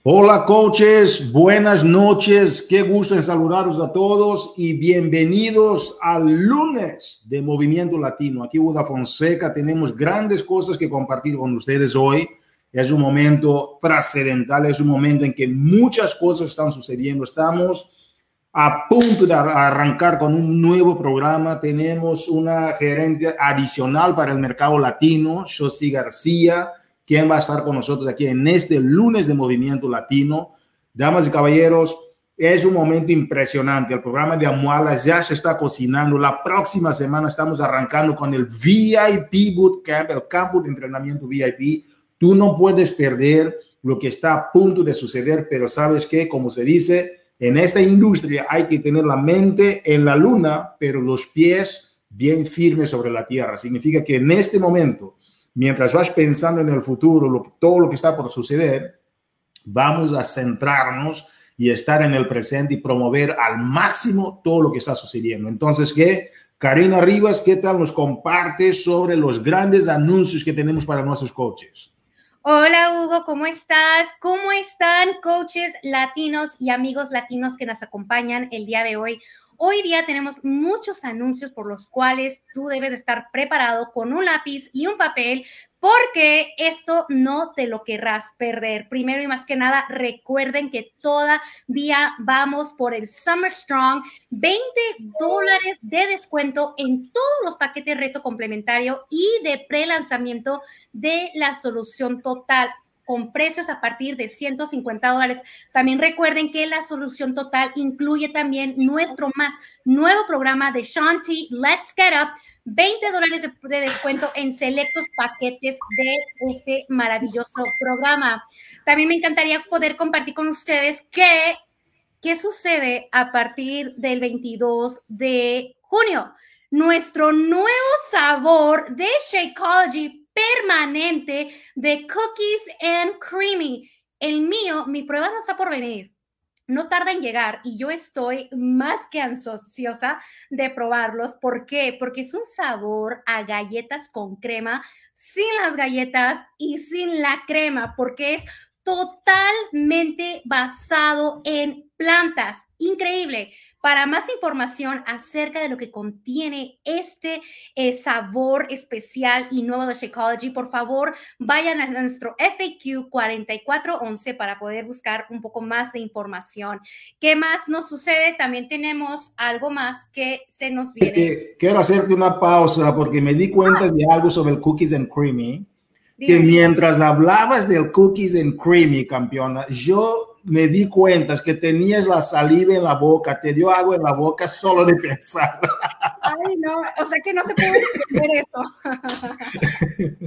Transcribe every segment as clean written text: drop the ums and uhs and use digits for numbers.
Hola coaches, buenas noches, qué gusto en saludaros a todos y bienvenidos al lunes de Movimiento Latino. Aquí Buda Fonseca, tenemos grandes cosas que compartir con ustedes hoy. Es un momento trascendental, es un momento en que muchas cosas están sucediendo. Estamos a punto de arrancar con un nuevo programa. Tenemos una gerente adicional para el mercado latino, Josie García, quien va a estar con nosotros aquí en este lunes de Movimiento Latino. Damas y caballeros, es un momento impresionante. El programa de Amualas ya se está cocinando. La próxima semana estamos arrancando con el VIP Bootcamp, el campo de entrenamiento VIP. Tú no puedes perder lo que está a punto de suceder, pero ¿sabes qué? Como se dice, en esta industria hay que tener la mente en la luna, pero los pies bien firmes sobre la tierra. Significa que en este momento, mientras vas pensando en el futuro, todo lo que está por suceder, vamos a centrarnos y estar en el presente y promover al máximo todo lo que está sucediendo. Entonces, ¿qué? Karina Rivas, ¿qué tal nos comparte sobre los grandes anuncios que tenemos para nuestros coaches? Hola Hugo, ¿cómo estás? ¿Cómo están coaches latinos y amigos latinos que nos acompañan el día de hoy? Hoy día tenemos muchos anuncios por los cuales tú debes estar preparado con un lápiz y un papel porque esto no te lo querrás perder. Primero y más que nada, recuerden que todavía vamos por el Summer Strong, $20 de descuento en todos los paquetes reto complementario y de pre-lanzamiento de la solución total con precios a partir de $150. También recuerden que la solución total incluye también nuestro más nuevo programa de Shanti Let's Get Up, $20 de descuento en selectos paquetes de este maravilloso programa. También me encantaría poder compartir con ustedes qué sucede a partir del 22 de junio. Nuestro nuevo sabor de Shakeology permanente de Cookies and Creamy. El mío, mi prueba no está por venir. No tarda en llegar y yo estoy más que ansiosa de probarlos. ¿Por qué? Porque es un sabor a galletas con crema, sin las galletas y sin la crema, porque es totalmente basado en plantas. Increíble. Para más información acerca de lo que contiene este sabor especial y nuevo de Shakeology, por favor, vayan a nuestro FAQ 4411 para poder buscar un poco más de información. ¿Qué más nos sucede? También tenemos algo más que se nos viene. Quiero hacerte una pausa porque me di cuenta de algo sobre el Cookies and Creamy. Que Dime. mientras hablabas del Cookies and Creamy, campeona, yo me di cuenta que tenías la saliva en la boca, te dio agua en la boca solo de pensar. Ay, no, o sea que no se puede entender eso.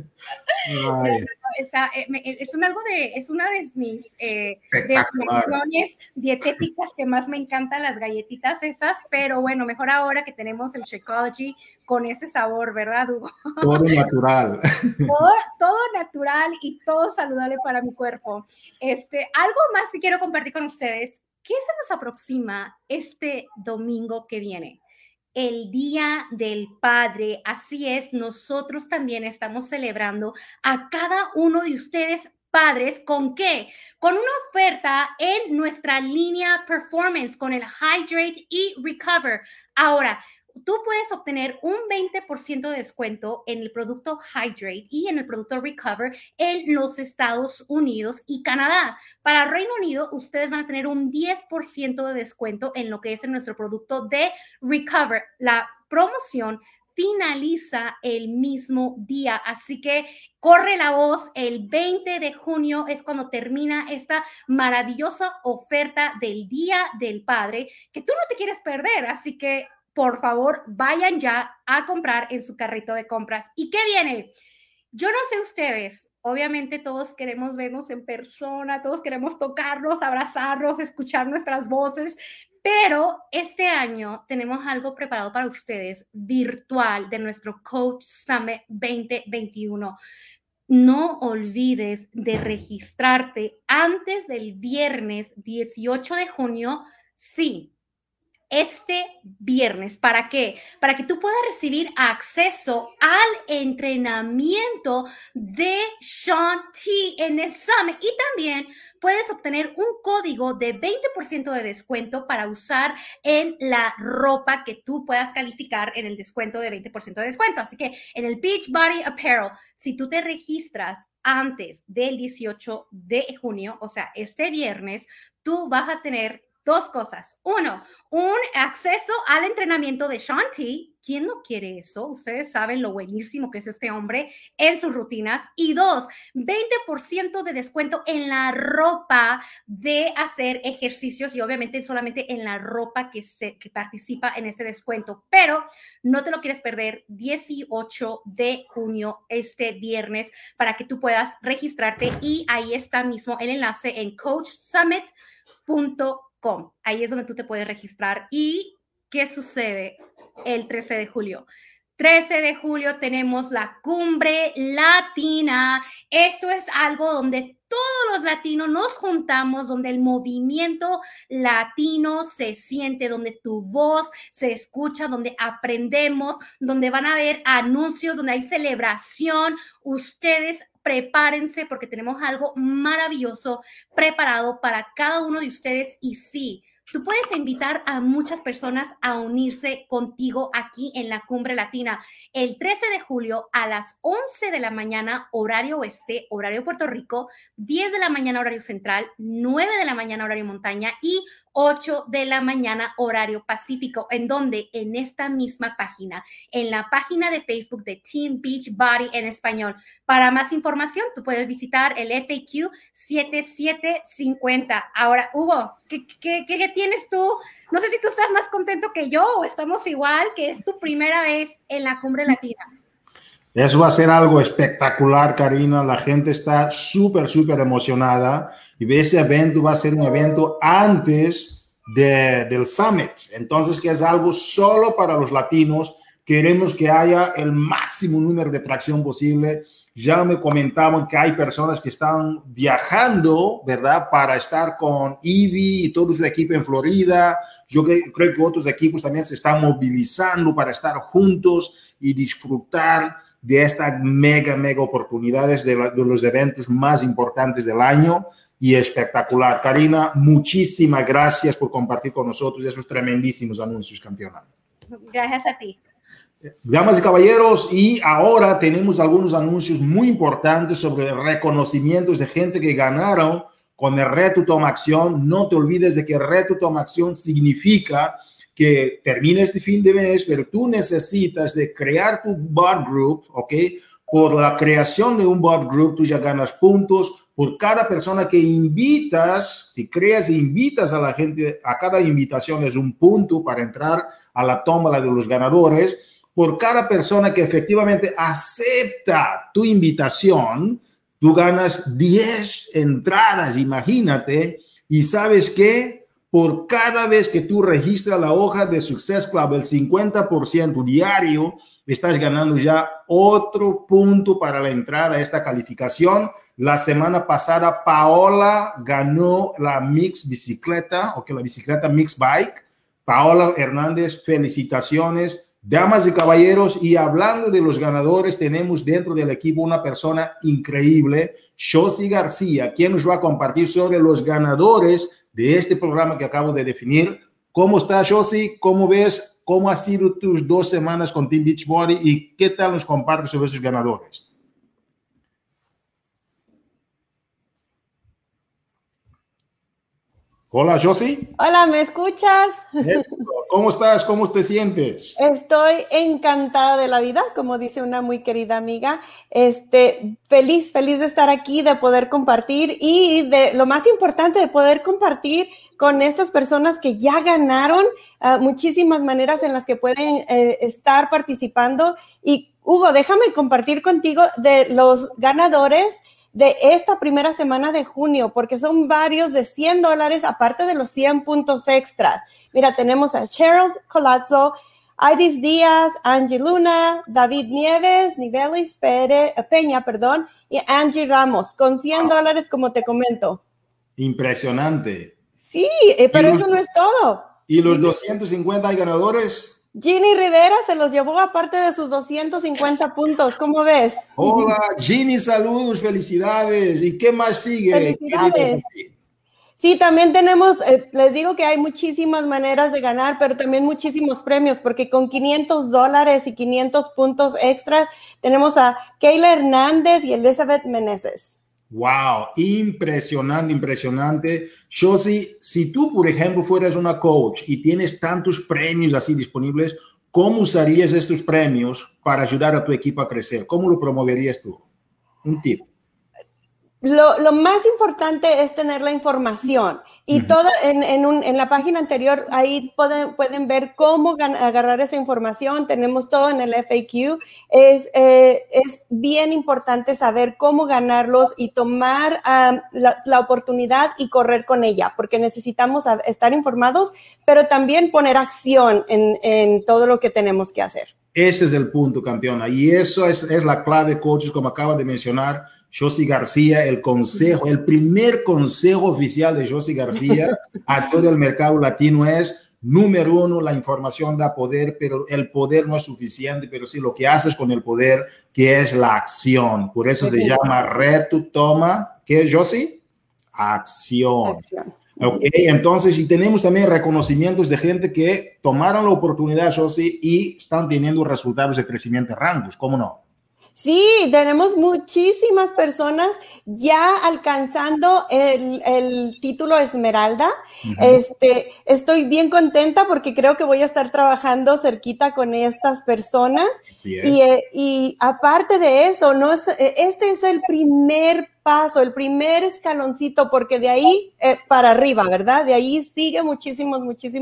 Es una de mis definiciones dietéticas que más me encantan, las galletitas esas, pero bueno, mejor ahora que tenemos el Shakeology con ese sabor, ¿verdad, Hugo? Todo natural. Todo natural y todo saludable para mi cuerpo. Algo más que quiero compartir con ustedes. ¿Qué se nos aproxima este domingo que viene? El Día del Padre. Así es, nosotros también estamos celebrando a cada uno de ustedes padres. ¿Con qué? Con una oferta en nuestra línea Performance con el Hydrate y Recover. Ahora, tú puedes obtener un 20% de descuento en el producto Hydrate y en el producto Recover en los Estados Unidos y Canadá. Para Reino Unido, ustedes van a tener un 10% de descuento en lo que es en nuestro producto de Recover. La promoción finaliza el mismo día, así que corre la voz. El 20 de junio es cuando termina esta maravillosa oferta del Día del Padre que tú no te quieres perder, así que por favor, vayan ya a comprar en su carrito de compras. ¿Y qué viene? Yo no sé ustedes, obviamente todos queremos vernos en persona, todos queremos tocarnos, abrazarnos, escuchar nuestras voces, pero este año tenemos algo preparado para ustedes virtual de nuestro Coach Summit 2021. No olvides de registrarte antes del viernes 18 de junio. Sí, este viernes. ¿Para qué? Para que tú puedas recibir acceso al entrenamiento de Shaun T en el Summit y también puedes obtener un código de 20% de descuento para usar en la ropa que tú puedas calificar en el descuento de 20% de descuento. Así que en el Beachbody Apparel, si tú te registras antes del 18 de junio, o sea, este viernes, tú vas a tener dos cosas. Uno, un acceso al entrenamiento de Shaun T. ¿Quién no quiere eso? Ustedes saben lo buenísimo que es este hombre en sus rutinas. Y dos, 20% de descuento en la ropa de hacer ejercicios y obviamente solamente en la ropa que participa en ese descuento. Pero no te lo quieres perder, 18 de junio, este viernes, para que tú puedas registrarte y ahí está mismo el enlace en coachsummit.com. Ahí es donde tú te puedes registrar. ¿Y qué sucede el 13 de julio? 13 de julio tenemos la Cumbre Latina. Esto es algo donde todos los latinos nos juntamos, donde el movimiento latino se siente, donde tu voz se escucha, donde aprendemos, donde van a haber anuncios, donde hay celebración. Ustedes prepárense porque tenemos algo maravilloso preparado para cada uno de ustedes y sí, tú puedes invitar a muchas personas a unirse contigo aquí en la Cumbre Latina el 13 de julio a las 11 de la mañana, horario oeste, horario Puerto Rico, 10 de la mañana, horario central, 9 de la mañana, horario montaña y 8 de la mañana, horario pacífico, en donde en esta misma página, en la página de Facebook de Team Beachbody en español. Para más información, tú puedes visitar el FAQ 7750. Ahora, Hugo, ¿qué tienes tú? No sé si tú estás más contento que yo o estamos igual, que es tu primera vez en la Cumbre Latina. Eso va a ser algo espectacular, Karina. La gente está súper emocionada. Y ese evento va a ser un evento antes del Summit. Entonces, que es algo solo para los latinos. Queremos que haya el máximo número de tracción posible. Ya me comentaban que hay personas que están viajando, ¿verdad? Para estar con Ivy y todo su equipo en Florida. Yo creo que otros equipos también se están movilizando para estar juntos y disfrutar de estas mega oportunidades de los eventos más importantes del año y espectacular. Karina, muchísimas gracias por compartir con nosotros esos tremendísimos anuncios, campeona. Gracias a ti. Damas y caballeros, y ahora tenemos algunos anuncios muy importantes sobre reconocimientos de gente que ganaron con el Reto Toma Acción. No te olvides de que el Reto Toma Acción significa que termina este fin de mes, pero tú necesitas de crear tu bot group, ¿ok? Por la creación de un bot group, tú ya ganas puntos. Por cada persona que invitas, si creas e invitas a la gente, a cada invitación es un punto para entrar a la tómbola de los ganadores. Por cada persona que efectivamente acepta tu invitación, tú ganas 10 entradas, imagínate. ¿Y sabes qué? Por cada vez que tú registras la hoja de Success Club, el 50% diario, estás ganando ya otro punto para la entrada a esta calificación. La semana pasada, Paola ganó la Mix Bicicleta, la bicicleta Mix Bike. Paola Hernández, felicitaciones. Damas y caballeros, y hablando de los ganadores, tenemos dentro del equipo una persona increíble, Josie García, quien nos va a compartir sobre los ganadores de este programa que acabo de definir. ¿Cómo estás, Josie? ¿Cómo ves? ¿Cómo han sido tus 2 semanas con Team Beachbody? ¿Y qué tal nos compartes sobre esos ganadores? Hola, Josie. Hola, ¿me escuchas? ¿Cómo estás? ¿Cómo te sientes? Estoy encantada de la vida, como dice una muy querida amiga. Feliz de estar aquí, de poder compartir y de lo más importante, de poder compartir con estas personas que ya ganaron muchísimas maneras en las que pueden estar participando. Y Hugo, déjame compartir contigo de los ganadores de esta primera semana de junio, porque son varios de $100, aparte de los 100 puntos extras. Mira, tenemos a Cheryl Colazzo, Aidis Díaz, Angie Luna, David Nivelis Peña, y Angie Ramos, con $100, como te comento. Impresionante. Sí, pero eso no es todo. ¿Y los 250 ganadores? Ginny Rivera se los llevó aparte de sus 250 puntos. ¿Cómo ves? Hola, Ginny, saludos, felicidades. ¿Y qué más sigue? Felicidades. Sí, también tenemos, les digo que hay muchísimas maneras de ganar, pero también muchísimos premios, porque con $500 y 500 puntos extras tenemos a Keila Hernández y Elizabeth Meneses. Wow, impresionante, impresionante. Josie, si tú, por ejemplo, fueras una coach y tienes tantos premios así disponibles, ¿cómo usarías estos premios para ayudar a tu equipo a crecer? ¿Cómo lo promoverías tú? Un tip. Lo más importante es tener la información y todo en la página anterior, ahí pueden ver cómo agarrar esa información. Tenemos todo en el FAQ. Es bien importante saber cómo ganarlos y tomar la oportunidad y correr con ella, porque necesitamos estar informados, pero también poner acción en todo lo que tenemos que hacer. Ese es el punto, campeona. Y eso es la clave, coaches, como acaba de mencionar Josie García, el primer consejo oficial de Josie García a todo el mercado latino es, número uno, la información da poder, pero el poder no es suficiente, pero sí lo que haces con el poder, que es la acción. Por eso se llama reto, toma, ¿qué es, Josie? Acción. Ok, entonces, y tenemos también reconocimientos de gente que tomaron la oportunidad, Josie, y están teniendo resultados de crecimiento en rangos, ¿cómo no? Sí, tenemos muchísimas personas ya alcanzando el título Esmeralda. Estoy bien contenta porque creo que voy a estar trabajando cerquita con estas personas. Así es. Y aparte de eso, este es el primer paso, el primer escaloncito, porque de ahí para arriba, ¿verdad? De ahí sigue muchísimos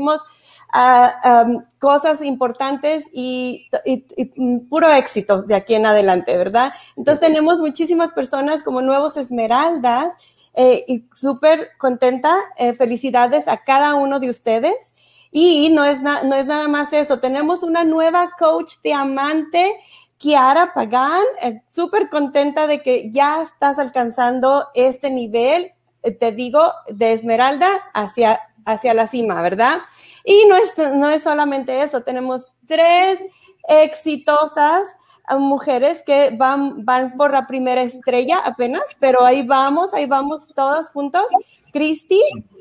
cosas importantes y puro éxito de aquí en adelante, ¿verdad? Entonces tenemos muchísimas personas como nuevos esmeraldas y súper contenta. Felicidades a cada uno de ustedes. Y no es nada más eso. Tenemos una nueva coach diamante, Kiara Pagan, súper contenta de que ya estás alcanzando este nivel, te digo, de esmeralda hacia la cima, ¿verdad? Y no es solamente eso, tenemos 3 exitosas mujeres que van por la primera estrella apenas, pero ahí vamos todas juntos. Cristi,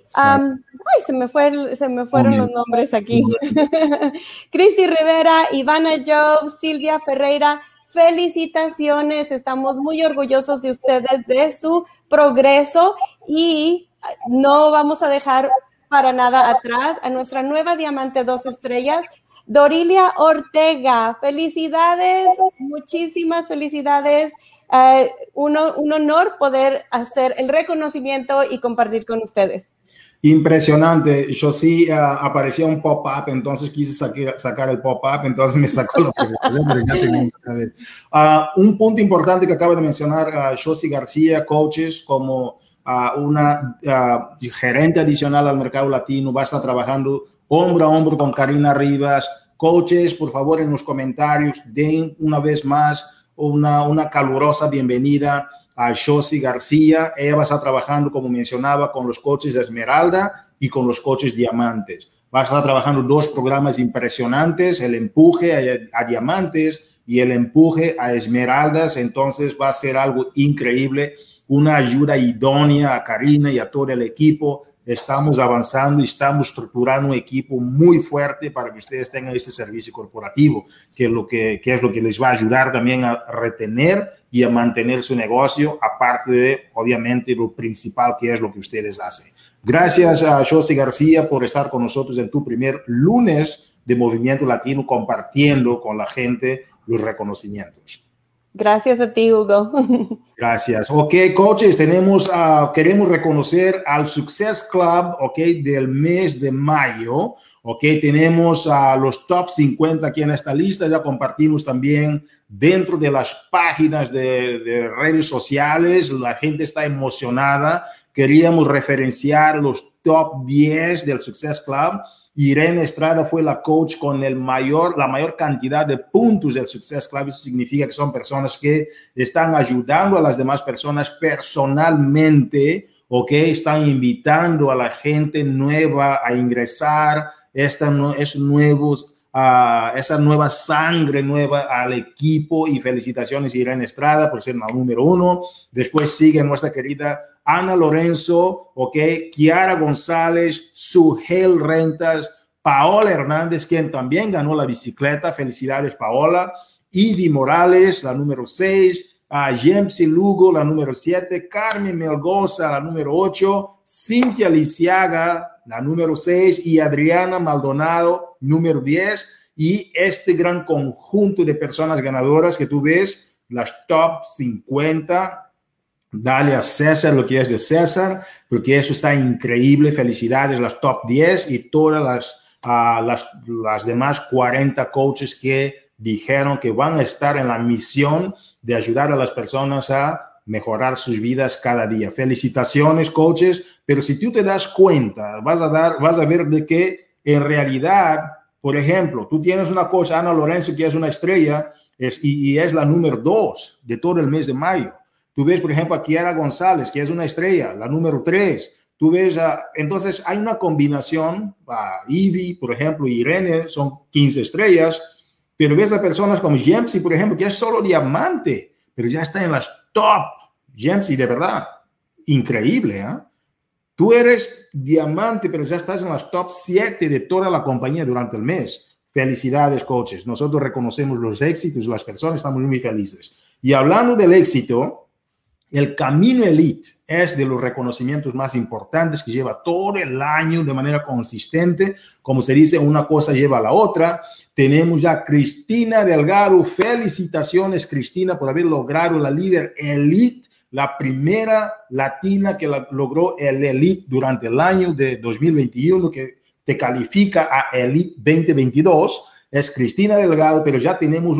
se me fueron los nombres aquí. Cristi Rivera, Ivana Job, Silvia Ferreira, felicitaciones, estamos muy orgullosos de ustedes, de su progreso y no vamos a dejar para nada atrás a nuestra nueva diamante 2 estrellas, Dorilia Ortega. Felicidades, muchísimas felicidades. Un honor poder hacer el reconocimiento y compartir con ustedes. Impresionante. Yo sí aparecía un pop-up, entonces quise sacar el pop-up, entonces me sacó lo que se puede. Un punto importante que acaba de mencionar Josie García, coaches, como una gerente adicional al mercado latino, va a estar trabajando hombro a hombro con Karina Rivas. Coaches, por favor, en los comentarios den una vez más una calurosa bienvenida a Josie García. Ella va a estar trabajando, como mencionaba, con los coaches de Esmeralda y con los coaches diamantes. Va a estar trabajando 2 programas impresionantes, el empuje a diamantes y el empuje a esmeraldas. Entonces va a ser algo increíble, una ayuda idónea a Karina y a todo el equipo. Estamos avanzando y estamos estructurando un equipo muy fuerte para que ustedes tengan este servicio corporativo, que es lo que les va a ayudar también a retener y a mantener su negocio, aparte de, obviamente, lo principal que es lo que ustedes hacen. Gracias a Josie García por estar con nosotros en tu primer lunes de Movimiento Latino, compartiendo con la gente los reconocimientos. Gracias a ti, Hugo. Gracias. Ok, coaches, queremos reconocer al Success Club, ok, del mes de mayo. Ok, tenemos a los top 50 aquí en esta lista. Ya compartimos también dentro de las páginas de redes sociales. La gente está emocionada. Queríamos referenciar los top 10 del Success Club. Irene Estrada fue la coach con la mayor cantidad de puntos del Success Club. Eso significa que son personas que están ayudando a las demás personas personalmente, ¿ok? Están invitando a la gente nueva a ingresar esa nueva sangre nueva al equipo, y felicitaciones Irene Estrada por ser la número 1. Después sigue nuestra querida Ana Lorenzo, Kiara González, Sugel Rentas, Paola Hernández, quien también ganó la bicicleta. Felicidades, Paola. Ivy Morales, la número 6. Jemsi Lugo, la número 7. Carmen Melgoza, la número 8. Cintia Lisiaga, la número 6. Y Adriana Maldonado, número 10. Y este gran conjunto de personas ganadoras que tú ves, las top 50. Dale a César lo que es de César, porque eso está increíble. Felicidades, las top 10 y todas las demás 40 coaches que dijeron que van a estar en la misión de ayudar a las personas a mejorar sus vidas cada día. Felicitaciones, coaches, pero si tú te das cuenta, vas a ver de que en realidad, por ejemplo, tú tienes una coach, Ana Lorenzo, que es una estrella, y es la número 2 de todo el mes de mayo. Tú ves, por ejemplo, a Kiara González, que es una estrella, la número 3. Tú ves, entonces hay una combinación, Ivy, por ejemplo, y Irene son 15 estrellas, pero ves a personas como Jemsi, por ejemplo, que es solo diamante, pero ya está en las top. Jemsi, de verdad, increíble, ¿eh? Tú eres diamante, pero ya estás en las top 7 de toda la compañía durante el mes. Felicidades, coaches. Nosotros reconocemos los éxitos de las personas, estamos muy felices. Y hablando del éxito, el Camino Elite es de los reconocimientos más importantes que lleva todo el año de manera consistente. Como se dice, una cosa lleva a la otra. Tenemos ya Cristina Delgado. Felicitaciones, Cristina, por haber logrado la líder Elite, la primera latina que logró el Elite durante el año de 2021, que te califica a Elite 2022. Es Cristina Delgado, pero ya tenemos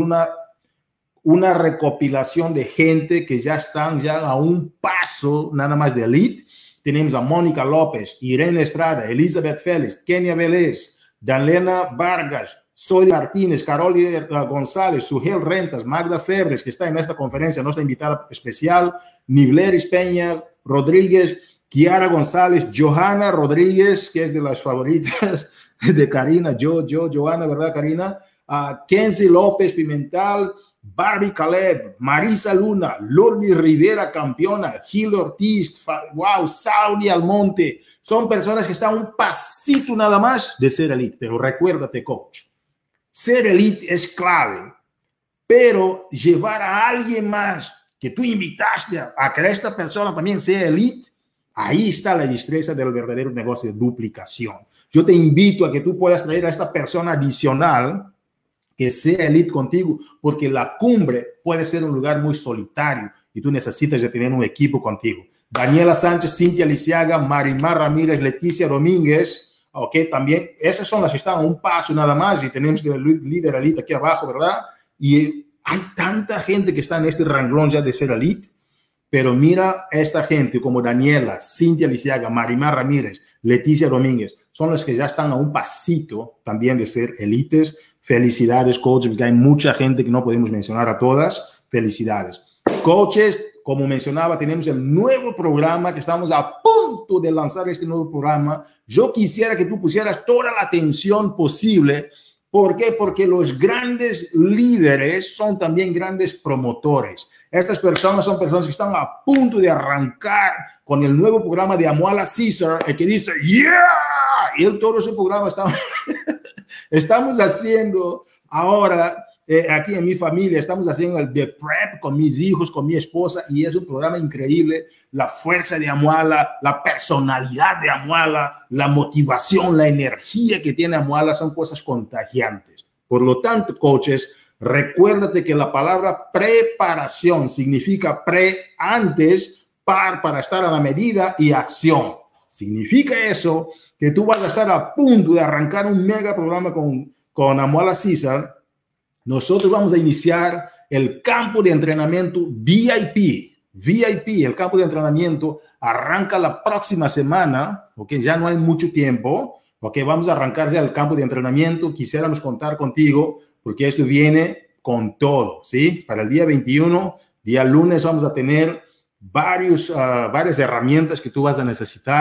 una recopilación de gente que ya están a un paso nada más de Elite. Tenemos a Mónica López, Irene Estrada, Elizabeth Félix, Kenia Vélez, Danlena Vargas, Zoe Martínez, Carolina González, Sugel Rentas, Magda Febres, que está en esta conferencia, nuestra invitada especial, Nibleris Peña Rodríguez, Kiara González, Johanna Rodríguez, que es de las favoritas de Karina, Johanna, ¿verdad, Karina? Kenzie López Pimental, Barbie Caleb, Marisa Luna, Lourdes Rivera, campeona, Gil Ortiz, Saudi Almonte. Son personas que están un pasito nada más de ser elite. Pero recuérdate, coach, ser elite es clave, pero llevar a alguien más que tú invitaste a que esta persona también sea elite, ahí está la destreza del verdadero negocio de duplicación. Yo te invito a que tú puedas traer a esta persona adicional que sea elite contigo, porque la cumbre puede ser un lugar muy solitario y tú necesitas de tener un equipo contigo. Daniela Sánchez, Cintia Lisiaga, Marimar Ramírez, Leticia Domínguez, también esas son las que están a un paso nada más, y tenemos el líder elite aquí abajo, ¿verdad? Y hay tanta gente que está en este renglón ya de ser elite, pero mira esta gente como Daniela, Cintia Lisiaga, Marimar Ramírez, Leticia Domínguez, son las que ya están a un pasito también de ser elites. Felicidades, coaches, porque hay mucha gente que no podemos mencionar a todas. Felicidades. Coaches, como mencionaba, tenemos el nuevo programa que estamos a punto de lanzar este nuevo programa. Yo quisiera que tú pusieras toda la atención posible. ¿Por qué? Porque los grandes líderes son también grandes promotores. Estas personas son personas que están a punto de arrancar con el nuevo programa de Amuala César, el que dice, ¡yeah! Y todo ese programa estamos haciendo ahora, aquí en mi familia, estamos haciendo el The Prep con mis hijos, con mi esposa, y es un programa increíble. La fuerza de Amuala, la personalidad de Amuala, la motivación, la energía que tiene Amuala son cosas contagiantes. Por lo tanto, coaches, recuérdate que la palabra preparación significa antes, para estar a la medida, y acción. Significa eso que tú vas a estar a punto de arrancar un mega programa con Amuala César. Nosotros vamos a iniciar el campo de entrenamiento VIP. El campo de entrenamiento arranca la próxima semana, ya no hay mucho tiempo, vamos a arrancar ya el campo de entrenamiento. Quisiéramos contar contigo, porque esto viene con todo, ¿sí? Para el día 21, día lunes, vamos a tener varias herramientas que tú vas a necesitar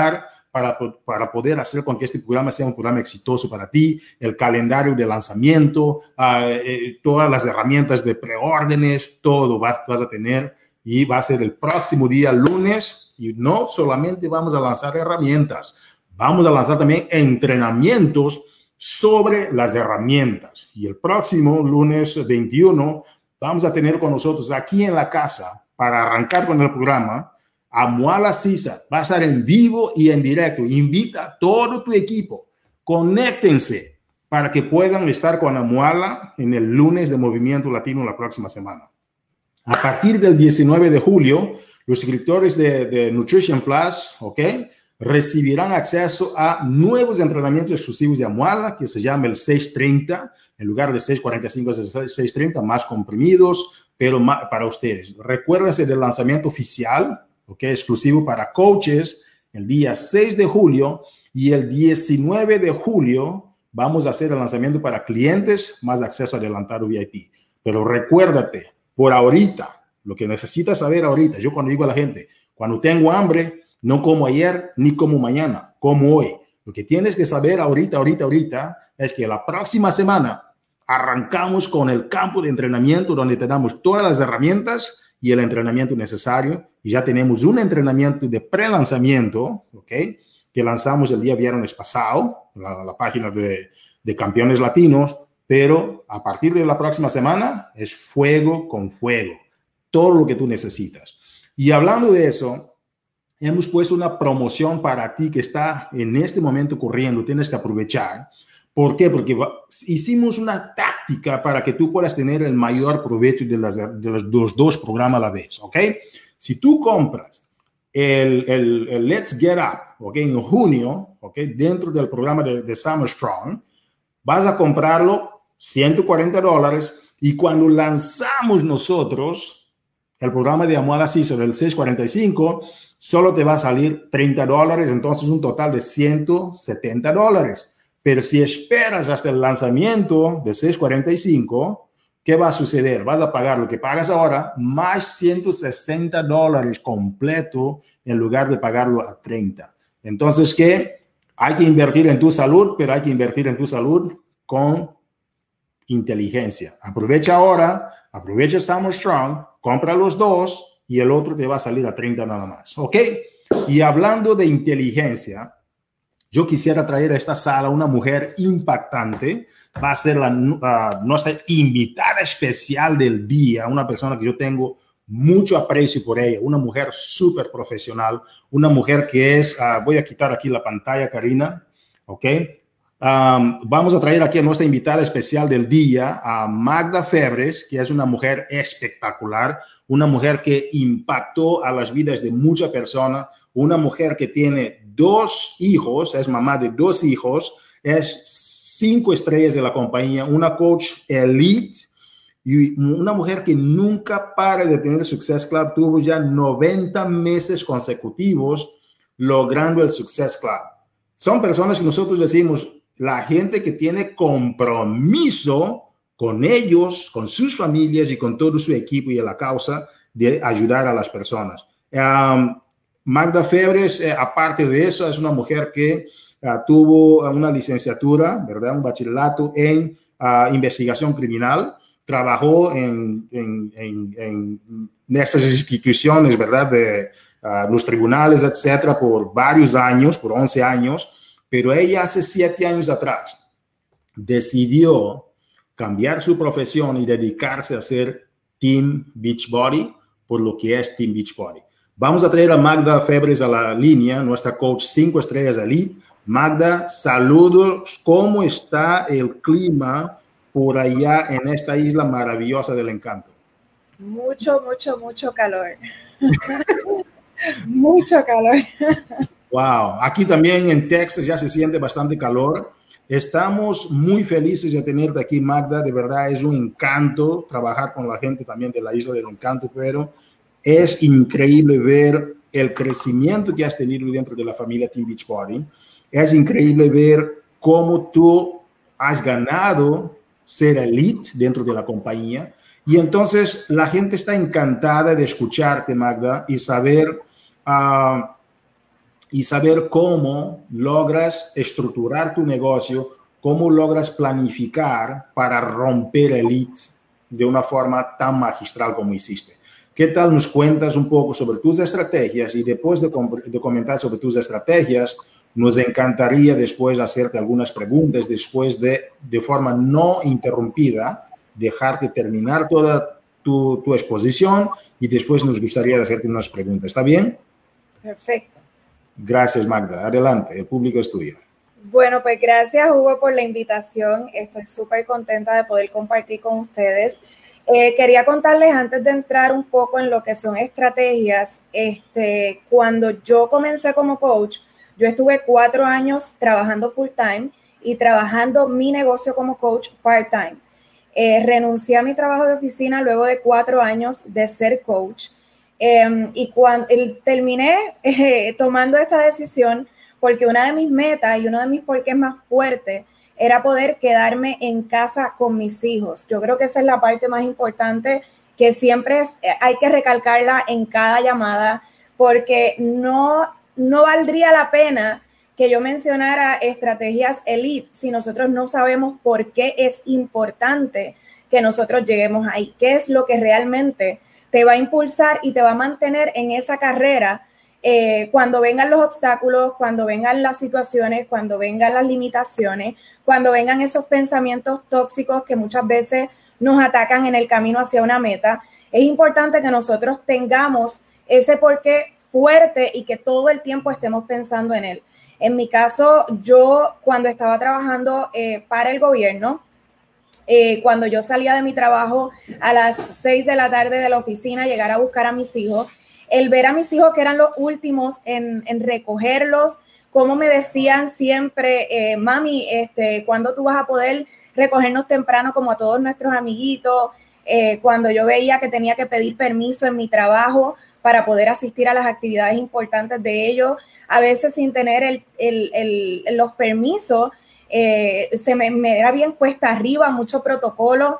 para poder hacer con que este programa sea un programa exitoso para ti, el calendario de lanzamiento, todas las herramientas de preórdenes, todo vas a tener, y va a ser el próximo día, lunes, y no solamente vamos a lanzar herramientas, vamos a lanzar también entrenamientos sobre las herramientas. Y el próximo lunes 21 vamos a tener con nosotros aquí en la casa, para arrancar con el programa, a Moala César. Va a estar en vivo y en directo. Invita a todo tu equipo. Conéctense para que puedan estar con Moala en el lunes de Movimiento Latino la próxima semana. A partir del 19 de julio, los suscriptores de Nutrition Plus, ¿ok?, recibirán acceso a nuevos entrenamientos exclusivos de Moala, que se llama el 630, en lugar de 645 es 630, más comprimidos, pero para ustedes. Recuérdense del lanzamiento oficial, ¿ok?, exclusivo para coaches, el día 6 de julio, y el 19 de julio vamos a hacer el lanzamiento para clientes, más acceso adelantado VIP. Pero recuérdate, por ahorita, lo que necesitas saber ahorita, yo cuando digo a la gente, cuando tengo hambre, no como ayer ni como mañana, como hoy. Lo que tienes que saber ahorita es que la próxima semana arrancamos con el campo de entrenamiento donde tenemos todas las herramientas y el entrenamiento necesario. Y ya tenemos un entrenamiento de pre-lanzamiento, ¿ok?, que lanzamos el día viernes pasado, la página de Campeones Latinos, pero a partir de la próxima semana es fuego con fuego, todo lo que tú necesitas. Y hablando de eso, hemos puesto una promoción para ti que está en este momento corriendo. Tienes que aprovechar. ¿Por qué? Porque hicimos una táctica para que tú puedas tener el mayor provecho de los dos programas a la vez, ¿ok? Si tú compras el Let's Get Up, ¿ok?, en junio, ¿ok?, dentro del programa de Summer Strong, vas a comprarlo $140, y cuando lanzamos nosotros el programa de Moala César del 645, solo te va a salir $30, entonces un total de $170. Pero si esperas hasta el lanzamiento de 645, ¿qué va a suceder? Vas a pagar lo que pagas ahora más $160 completo en lugar de pagarlo a 30. Entonces, ¿qué? Hay que invertir en tu salud, pero hay que invertir en tu salud con inteligencia. Aprovecha ahora, aprovecha Summer Strong, compra los dos y el otro te va a salir a 30 nada más, ¿ok? Y hablando de inteligencia, yo quisiera traer a esta sala una mujer impactante. Va a ser nuestra invitada especial del día, una persona que yo tengo mucho aprecio por ella, una mujer súper profesional, una mujer que es, voy a quitar aquí la pantalla, Karina, ¿ok? Vamos a traer aquí a nuestra invitada especial del día, a Magda Febres, que es una mujer espectacular, una mujer que impactó a las vidas de muchas personas, una mujer que tiene 2 hijos, es mamá de 2 hijos, es 5 estrellas de la compañía, una coach elite y una mujer que nunca para de tener Success Club. Tuvo ya 90 meses consecutivos logrando el Success Club. Son personas que nosotros decimos, la gente que tiene compromiso con ellos, con sus familias y con todo su equipo y la causa de ayudar a las personas. Magda Febres, aparte de eso, es una mujer que tuvo una licenciatura, ¿verdad?, un bachillerato en investigación criminal. Trabajó en estas instituciones, ¿verdad?, de los tribunales, etcétera, por varios años, por 11 años. Pero ella hace 7 años atrás decidió cambiar su profesión y dedicarse a hacer Team Beachbody, por lo que es Team Beachbody. Vamos a traer a Magda Febres a la línea, nuestra coach 5 estrellas elite. Magda, saludos. ¿Cómo está el clima por allá en esta isla maravillosa del encanto? Mucho calor. Mucho calor. Wow, aquí también en Texas ya se siente bastante calor. Estamos muy felices de tenerte aquí, Magda. De verdad es un encanto trabajar con la gente también de la Isla del Encanto, pero es increíble ver el crecimiento que has tenido dentro de la familia Team Beachbody. Es increíble ver cómo tú has ganado ser elite dentro de la compañía. Y entonces la gente está encantada de escucharte, Magda, y saber y saber cómo logras estructurar tu negocio, cómo logras planificar para romper el lead de una forma tan magistral como hiciste. ¿Qué tal nos cuentas un poco sobre tus estrategias? Y después de comentar sobre tus estrategias, nos encantaría después hacerte algunas preguntas, después de forma no interrumpida, dejarte terminar toda tu exposición y después nos gustaría hacerte unas preguntas. ¿Está bien? Perfecto. Gracias, Magda. Adelante, el público es tuyo. Bueno, pues gracias, Hugo, por la invitación. Estoy súper contenta de poder compartir con ustedes. Quería contarles antes de entrar un poco en lo que son estrategias. Cuando yo comencé como coach, yo estuve 4 años trabajando full time y trabajando mi negocio como coach part time. Renuncié a mi trabajo de oficina luego de 4 años de ser coach. Y cuando terminé tomando esta decisión, porque una de mis metas y uno de mis porqués más fuertes era poder quedarme en casa con mis hijos. Yo creo que esa es la parte más importante que siempre hay que recalcarla en cada llamada, porque no valdría la pena que yo mencionara estrategias elite si nosotros no sabemos por qué es importante que nosotros lleguemos ahí, qué es lo que realmente te va a impulsar y te va a mantener en esa carrera cuando vengan los obstáculos, cuando vengan las situaciones, cuando vengan las limitaciones, cuando vengan esos pensamientos tóxicos que muchas veces nos atacan en el camino hacia una meta. Es importante que nosotros tengamos ese porqué fuerte y que todo el tiempo estemos pensando en él. En mi caso, yo cuando estaba trabajando para el gobierno, cuando yo salía de mi trabajo a las 6 de la tarde de la oficina, llegar a buscar a mis hijos, el ver a mis hijos que eran los últimos en recogerlos, como me decían siempre, mami, ¿cuándo tú vas a poder recogernos temprano como a todos nuestros amiguitos? Cuando yo veía que tenía que pedir permiso en mi trabajo para poder asistir a las actividades importantes de ellos, a veces sin tener los permisos, se me era bien cuesta arriba, mucho protocolo.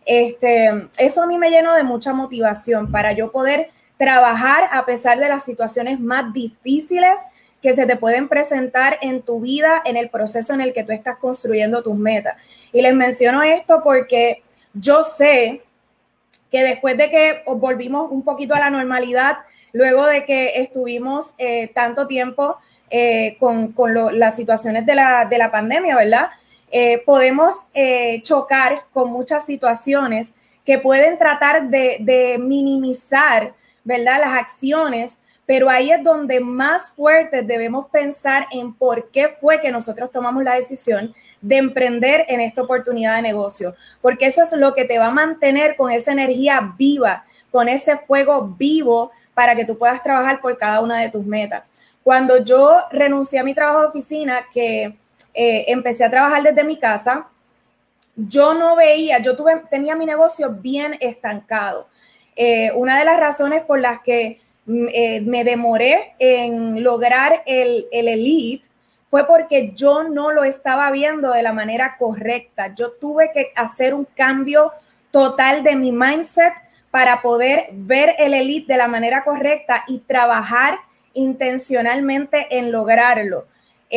Eso a mí me llenó de mucha motivación para yo poder trabajar a pesar de las situaciones más difíciles que se te pueden presentar en tu vida, en el proceso en el que tú estás construyendo tus metas. Y les menciono esto porque yo sé que después de que volvimos un poquito a la normalidad, luego de que estuvimos tanto tiempo con las situaciones de la pandemia, ¿verdad? Podemos chocar con muchas situaciones que pueden tratar de minimizar, ¿verdad?, las acciones, pero ahí es donde más fuertes debemos pensar en por qué fue que nosotros tomamos la decisión de emprender en esta oportunidad de negocio, porque eso es lo que te va a mantener con esa energía viva, con ese fuego vivo para que tú puedas trabajar por cada una de tus metas. Cuando yo renuncié a mi trabajo de oficina, que empecé a trabajar desde mi casa, yo no veía, tenía mi negocio bien estancado. Una de las razones por las que me demoré en lograr el elite fue porque yo no lo estaba viendo de la manera correcta. Yo tuve que hacer un cambio total de mi mindset para poder ver el elite de la manera correcta y trabajar intencionalmente en lograrlo.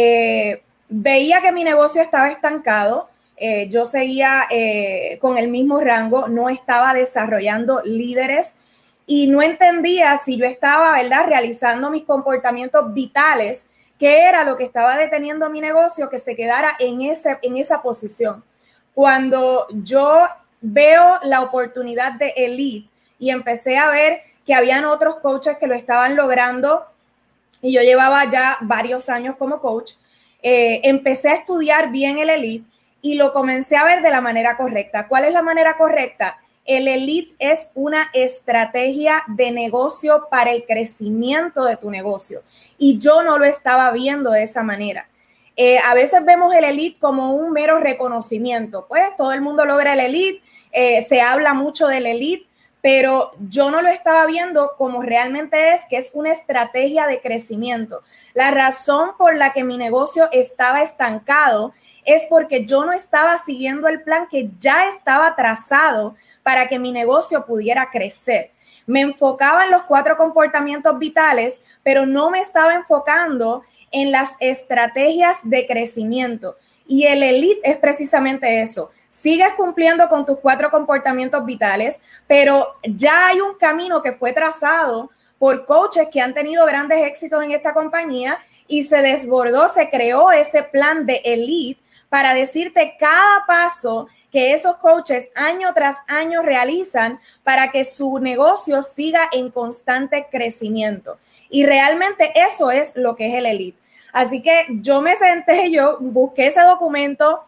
Veía que mi negocio estaba estancado. Yo seguía con el mismo rango, no estaba desarrollando líderes y no entendía si yo estaba, ¿verdad?, realizando mis comportamientos vitales, qué era lo que estaba deteniendo mi negocio que se quedara en esa posición. Cuando yo veo la oportunidad de elite y empecé a ver que habían otros coaches que lo estaban logrando y yo llevaba ya varios años como coach, empecé a estudiar bien el elite y lo comencé a ver de la manera correcta. ¿Cuál es la manera correcta? El elite es una estrategia de negocio para el crecimiento de tu negocio y yo no lo estaba viendo de esa manera. A veces vemos el elite como un mero reconocimiento, pues todo el mundo logra el elite, se habla mucho del elite, pero yo no lo estaba viendo como realmente es, que es una estrategia de crecimiento. La razón por la que mi negocio estaba estancado es porque yo no estaba siguiendo el plan que ya estaba trazado para que mi negocio pudiera crecer. me enfocaba en los 4 comportamientos vitales, pero no me estaba enfocando en las estrategias de crecimiento. Y el Elite es precisamente eso. Sigues cumpliendo con tus 4 comportamientos vitales, pero ya hay un camino que fue trazado por coaches que han tenido grandes éxitos en esta compañía y se desbordó, se creó ese plan de Elite para decirte cada paso que esos coaches año tras año realizan para que su negocio siga en constante crecimiento. Y realmente eso es lo que es el Elite. Así que yo me senté, yo busqué ese documento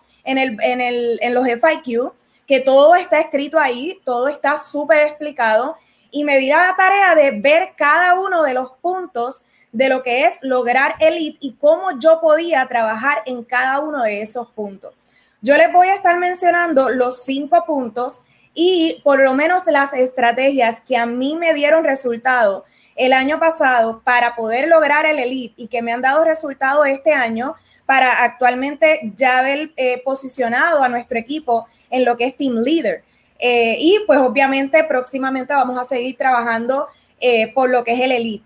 en los FIQ, que todo está escrito ahí, todo está súper explicado, y me di la tarea de ver cada uno de los puntos de lo que es lograr Elite y cómo yo podía trabajar en cada uno de esos puntos. Yo les voy a estar mencionando los 5 puntos y por lo menos las estrategias que a mí me dieron resultado el año pasado para poder lograr el Elite y que me han dado resultado este año para actualmente ya haber posicionado a nuestro equipo en lo que es Team Leader. Y pues obviamente próximamente vamos a seguir trabajando por lo que es el Elite.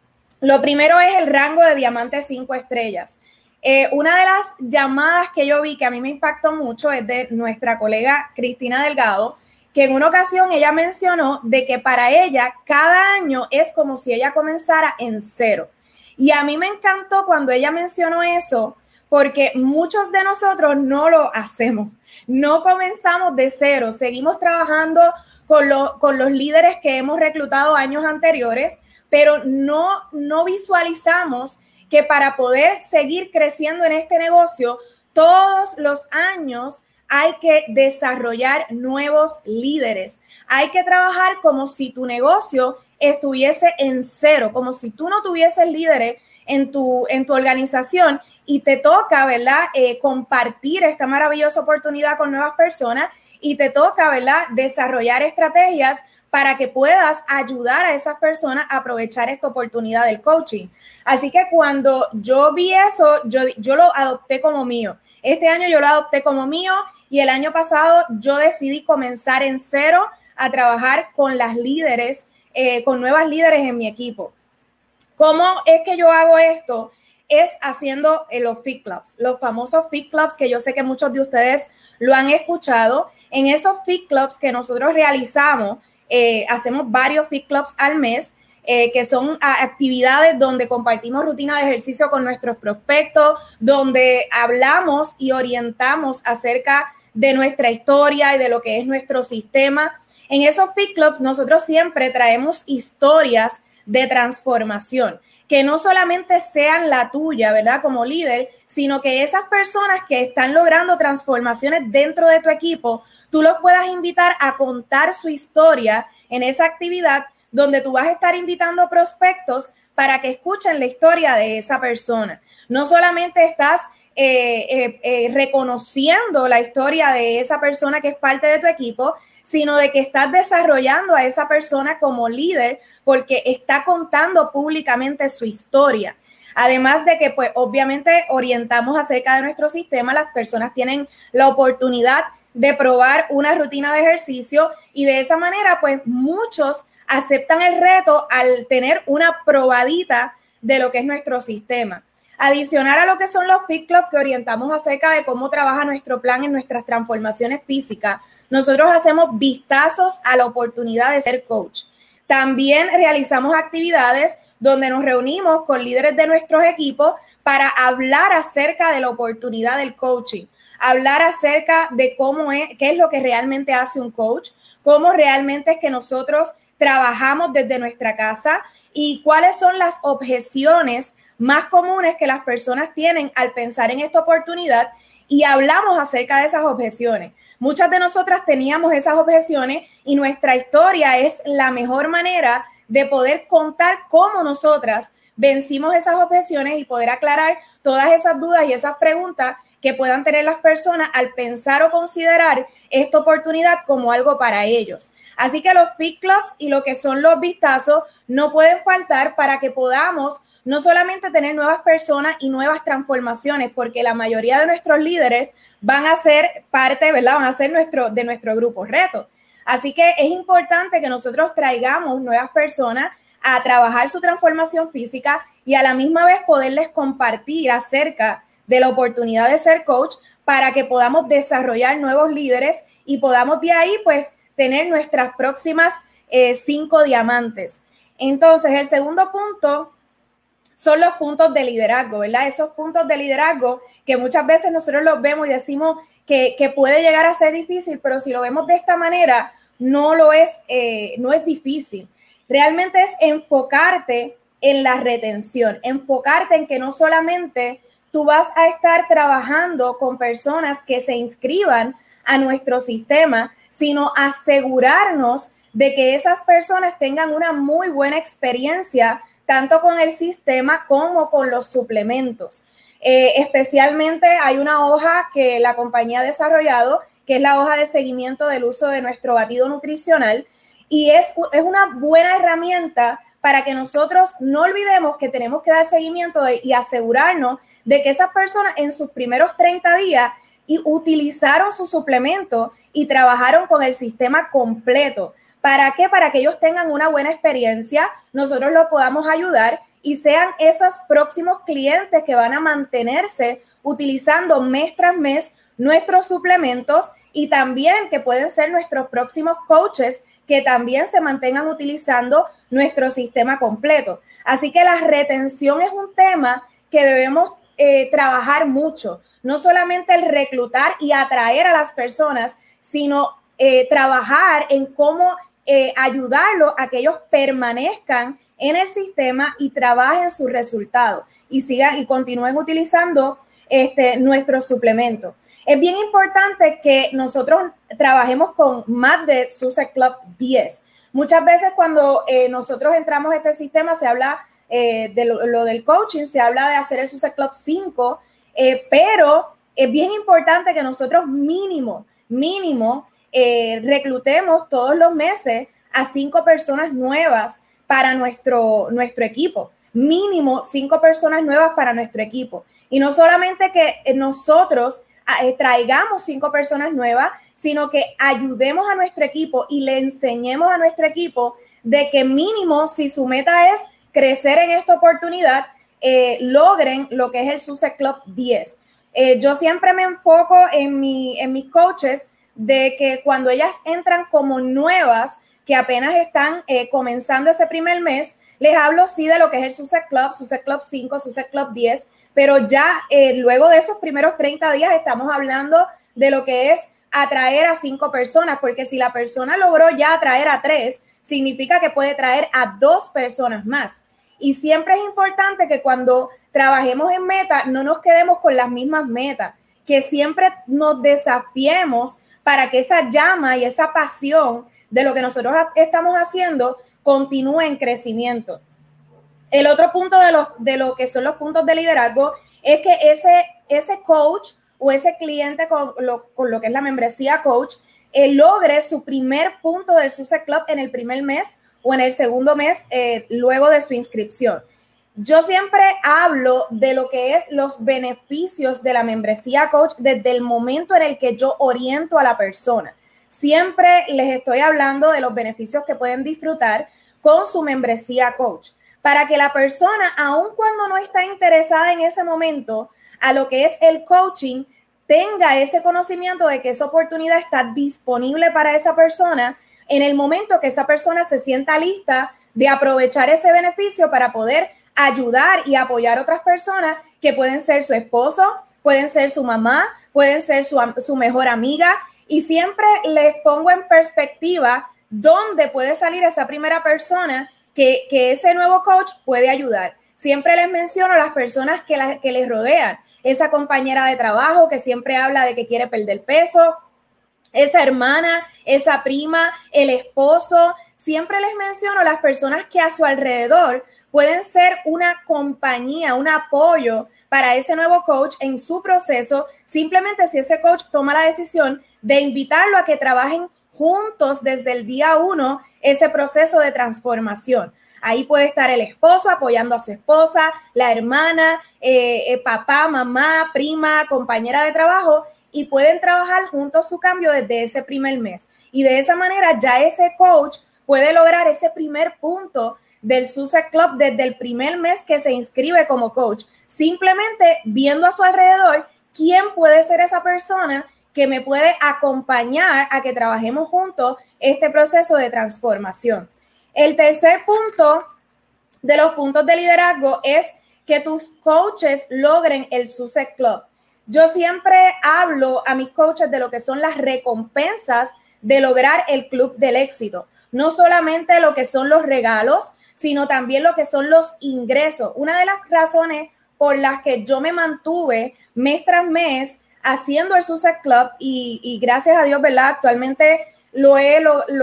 Lo primero es el rango de diamante 5 estrellas. Una de las llamadas que yo vi que a mí me impactó mucho es de nuestra colega Cristina Delgado, que en una ocasión ella mencionó de que para ella cada año es como si ella comenzara en 0. Y a mí me encantó cuando ella mencionó eso, porque muchos de nosotros no lo hacemos. No comenzamos de 0, seguimos trabajando con los líderes que hemos reclutado años anteriores, pero no visualizamos que para poder seguir creciendo en este negocio, todos los años hay que desarrollar nuevos líderes. Hay que trabajar como si tu negocio estuviese en 0, como si tú no tuvieses líderes en tu organización y te toca, ¿verdad? Compartir esta maravillosa oportunidad con nuevas personas y te toca, ¿verdad? Desarrollar estrategias para que puedas ayudar a esas personas a aprovechar esta oportunidad del coaching. Así que cuando yo vi eso, yo lo adopté como mío. Este año yo lo adopté como mío y el año pasado yo decidí comenzar en 0 a trabajar con las líderes, con nuevas líderes en mi equipo. ¿Cómo es que yo hago esto? Es haciendo los Fit Clubs, los famosos Fit Clubs que yo sé que muchos de ustedes lo han escuchado. En esos Fit Clubs que nosotros realizamos, hacemos varios Fit Clubs al mes, que son actividades donde compartimos rutina de ejercicio con nuestros prospectos, donde hablamos y orientamos acerca de nuestra historia y de lo que es nuestro sistema. En esos Fit Clubs nosotros siempre traemos historias de transformación, que no solamente sean la tuya, ¿verdad? Como líder, sino que esas personas que están logrando transformaciones dentro de tu equipo, tú los puedas invitar a contar su historia en esa actividad donde tú vas a estar invitando prospectos para que escuchen la historia de esa persona. No solamente estás reconociendo la historia de esa persona que es parte de tu equipo, sino de que estás desarrollando a esa persona como líder porque está contando públicamente su historia. Además de que, pues, obviamente orientamos acerca de nuestro sistema, las personas tienen la oportunidad de probar una rutina de ejercicio y de esa manera, pues, muchos aceptan el reto al tener una probadita de lo que es nuestro sistema. Adicional a lo que son los Fit Club que orientamos acerca de cómo trabaja nuestro plan en nuestras transformaciones físicas, nosotros hacemos vistazos a la oportunidad de ser coach. También realizamos actividades donde nos reunimos con líderes de nuestros equipos para hablar acerca de la oportunidad del coaching, hablar acerca de qué es lo que realmente hace un coach, cómo realmente es que nosotros trabajamos desde nuestra casa y cuáles son las objeciones más comunes que las personas tienen al pensar en esta oportunidad y hablamos acerca de esas objeciones. Muchas de nosotras teníamos esas objeciones y nuestra historia es la mejor manera de poder contar cómo nosotras vencimos esas objeciones y poder aclarar todas esas dudas y esas preguntas que puedan tener las personas al pensar o considerar esta oportunidad como algo para ellos. Así que los Fit Clubs y lo que son los vistazos no pueden faltar para que podamos no solamente tener nuevas personas y nuevas transformaciones, porque la mayoría de nuestros líderes van a ser parte, ¿verdad? Van a ser de nuestro grupo reto. Así que es importante que nosotros traigamos nuevas personas a trabajar su transformación física y a la misma vez poderles compartir acerca de la oportunidad de ser coach para que podamos desarrollar nuevos líderes y podamos de ahí pues tener nuestras próximas 5 diamantes. Entonces, el segundo punto son los puntos de liderazgo, ¿verdad? Esos puntos de liderazgo que muchas veces nosotros los vemos y decimos que puede llegar a ser difícil, pero si lo vemos de esta manera, no es difícil. Realmente es enfocarte en la retención, enfocarte en que no solamente tú vas a estar trabajando con personas que se inscriban a nuestro sistema, sino asegurarnos de que esas personas tengan una muy buena experiencia, tanto con el sistema como con los suplementos. Especialmente hay una hoja que la compañía ha desarrollado, que es la hoja de seguimiento del uso de nuestro batido nutricional, y es una buena herramienta para que nosotros no olvidemos que tenemos que dar seguimiento y asegurarnos de que esas personas en sus primeros 30 días utilizaron su suplemento y trabajaron con el sistema completo. ¿Para qué? Para que ellos tengan una buena experiencia, nosotros los podamos ayudar y sean esos próximos clientes que van a mantenerse utilizando mes tras mes nuestros suplementos y también que pueden ser nuestros próximos coaches que también se mantengan utilizando nuestro sistema completo. Así que la retención es un tema que debemos trabajar mucho. No solamente el reclutar y atraer a las personas, sino trabajar en cómo ayudarlos a que ellos permanezcan en el sistema y trabajen sus resultados y sigan y continúen utilizando nuestros suplementos. Es bien importante que nosotros trabajemos con más de SUSE Club 10. Muchas veces cuando nosotros entramos a este sistema se habla de lo del coaching, se habla de hacer el SUSE Club 5, pero es bien importante que nosotros mínimo reclutemos todos los meses a 5 personas nuevas para nuestro equipo. Mínimo 5 personas nuevas para nuestro equipo. Y no solamente que nosotros traigamos 5 personas nuevas, sino que ayudemos a nuestro equipo y le enseñemos a nuestro equipo de que mínimo, si su meta es crecer en esta oportunidad, logren lo que es el SUSE Club 10. Yo siempre me enfoco en mis coaches de que cuando ellas entran como nuevas, que apenas están comenzando ese primer mes, les hablo sí de lo que es el SUSE Club 5, SUSE Club 10, pero ya luego de esos primeros 30 días estamos hablando de lo que es atraer a 5 personas, porque si la persona logró ya atraer a 3, significa que puede traer a 2 personas más. Y siempre es importante que cuando trabajemos en metas, no nos quedemos con las mismas metas, que siempre nos desafiemos para que esa llama y esa pasión de lo que nosotros estamos haciendo continúe en crecimiento. El otro punto de lo que son los puntos de liderazgo es que ese coach o ese cliente con lo que es la membresía coach logre su primer punto del SUSE Club en el primer mes o en el segundo mes luego de su inscripción. Yo siempre hablo de lo que es los beneficios de la membresía coach desde el momento en el que yo oriento a la persona. Siempre les estoy hablando de los beneficios que pueden disfrutar con su membresía coach, para que la persona, aun cuando no está interesada en ese momento a lo que es el coaching, tenga ese conocimiento de que esa oportunidad está disponible para esa persona en el momento que esa persona se sienta lista de aprovechar ese beneficio para poder ayudar y apoyar a otras personas que pueden ser su esposo, pueden ser su mamá, pueden ser su mejor amiga, y siempre les pongo en perspectiva dónde puede salir esa primera persona que ese nuevo coach puede ayudar. Siempre les menciono las personas que les rodean, esa compañera de trabajo que siempre habla de que quiere perder peso, esa hermana, esa prima, el esposo. Siempre les menciono las personas que a su alrededor pueden ser una compañía, un apoyo para ese nuevo coach en su proceso, simplemente si ese coach toma la decisión de invitarlo a que trabajen juntos desde el día 1 ese proceso de transformación. Ahí puede estar el esposo apoyando a su esposa, la hermana, papá, mamá, prima, compañera de trabajo, y pueden trabajar juntos su cambio desde ese primer mes. Y de esa manera ya ese coach puede lograr ese primer punto del Success Club desde el primer mes que se inscribe como coach, simplemente viendo a su alrededor quién puede ser esa persona que me puede acompañar a que trabajemos juntos este proceso de transformación. El tercer punto de los puntos de liderazgo es que tus coaches logren el Success Club. Yo siempre hablo a mis coaches de lo que son las recompensas de lograr el club del éxito. No solamente lo que son los regalos, sino también lo que son los ingresos. Una de las razones por las que yo me mantuve mes tras mes haciendo el Success Club y gracias a Dios, ¿verdad? Actualmente lo he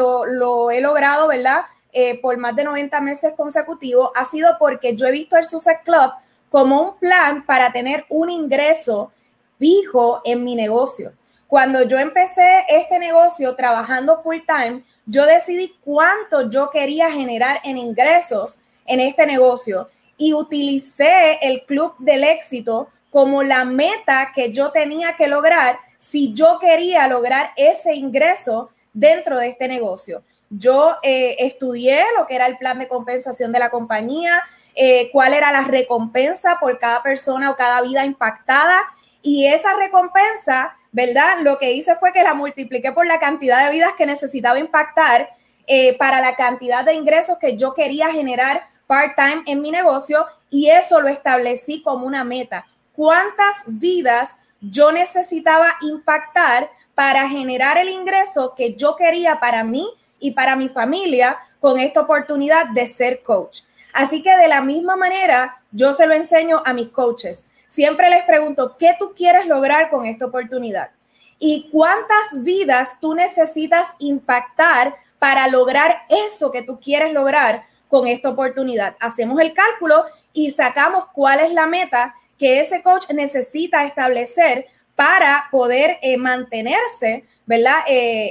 logrado, ¿verdad? Por más de 90 meses consecutivos, ha sido porque yo he visto el Success Club como un plan para tener un ingreso fijo en mi negocio. Cuando yo empecé este negocio trabajando full time, yo decidí cuánto yo quería generar en ingresos en este negocio y utilicé el Club del Éxito como la meta que yo tenía que lograr si yo quería lograr ese ingreso dentro de este negocio. Yo estudié lo que era el plan de compensación de la compañía, cuál era la recompensa por cada persona o cada vida impactada, y esa recompensa, ¿verdad? Lo que hice fue que la multipliqué por la cantidad de vidas que necesitaba impactar para la cantidad de ingresos que yo quería generar part-time en mi negocio, y eso lo establecí como una meta. ¿Cuántas vidas yo necesitaba impactar para generar el ingreso que yo quería para mí y para mi familia con esta oportunidad de ser coach? Así que de la misma manera, yo se lo enseño a mis coaches. Siempre les pregunto, ¿qué tú quieres lograr con esta oportunidad? ¿Y cuántas vidas tú necesitas impactar para lograr eso que tú quieres lograr con esta oportunidad? Hacemos el cálculo y sacamos cuál es la meta que ese coach necesita establecer para poder mantenerse, ¿verdad?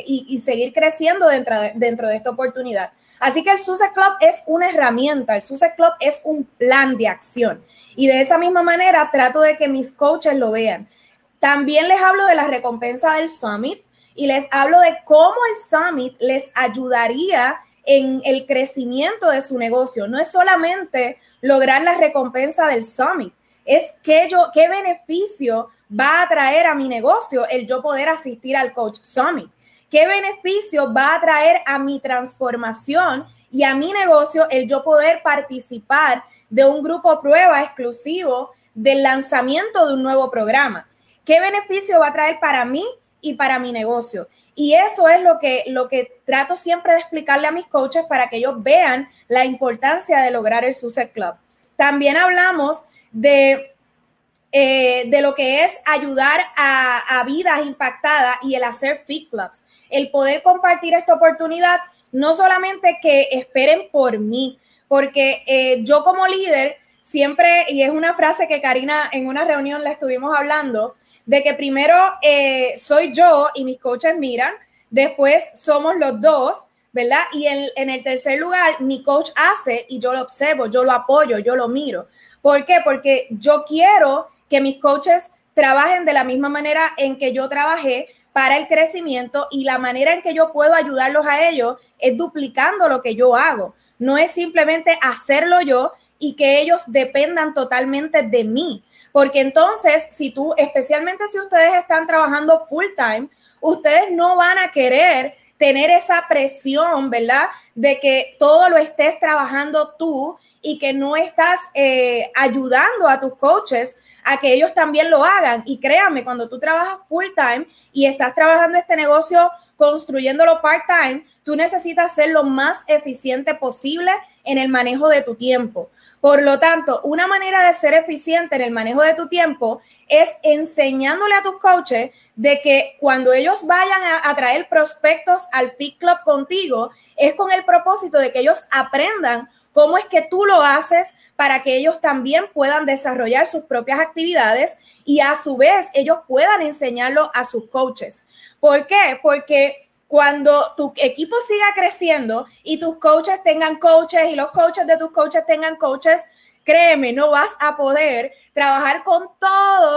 Y seguir creciendo dentro de esta oportunidad. Así que el Success Club es una herramienta, el Success Club es un plan de acción. Y de esa misma manera trato de que mis coaches lo vean. También les hablo de la recompensa del Summit y les hablo de cómo el Summit les ayudaría en el crecimiento de su negocio. No es solamente lograr la recompensa del Summit, es qué beneficio va a traer a mi negocio el yo poder asistir al Coach Summit. ¿Qué beneficio va a traer a mi transformación y a mi negocio el yo poder participar de un grupo prueba exclusivo del lanzamiento de un nuevo programa? ¿Qué beneficio va a traer para mí y para mi negocio? Y eso es lo que trato siempre de explicarle a mis coaches para que ellos vean la importancia de lograr el Success Club. También hablamos de lo que es ayudar a vidas impactadas y el hacer Fit Clubs. El poder compartir esta oportunidad, no solamente que esperen por mí, porque yo como líder siempre, y es una frase que Karina en una reunión la estuvimos hablando, de que primero soy yo y mis coaches miran, después somos los dos, ¿verdad? Y en el tercer lugar, mi coach hace y yo lo observo, yo lo apoyo, yo lo miro. ¿Por qué? Porque yo quiero que mis coaches trabajen de la misma manera en que yo trabajé para el crecimiento, y la manera en que yo puedo ayudarlos a ellos es duplicando lo que yo hago. No es simplemente hacerlo yo y que ellos dependan totalmente de mí. Porque entonces, especialmente si ustedes están trabajando full time, ustedes no van a querer tener esa presión, ¿verdad? De que todo lo estés trabajando tú y que no estás ayudando a tus coaches a que ellos también lo hagan. Y créanme, cuando tú trabajas full time y estás trabajando este negocio, construyéndolo part time, tú necesitas ser lo más eficiente posible en el manejo de tu tiempo. Por lo tanto, una manera de ser eficiente en el manejo de tu tiempo es enseñándole a tus coaches de que cuando ellos vayan a traer prospectos al Fit Club contigo, es con el propósito de que ellos aprendan cómo es que tú lo haces para que ellos también puedan desarrollar sus propias actividades y a su vez ellos puedan enseñarlo a sus coaches. ¿Por qué? Porque cuando tu equipo siga creciendo y tus coaches tengan coaches y los coaches de tus coaches tengan coaches, créeme, no vas a poder trabajar con todos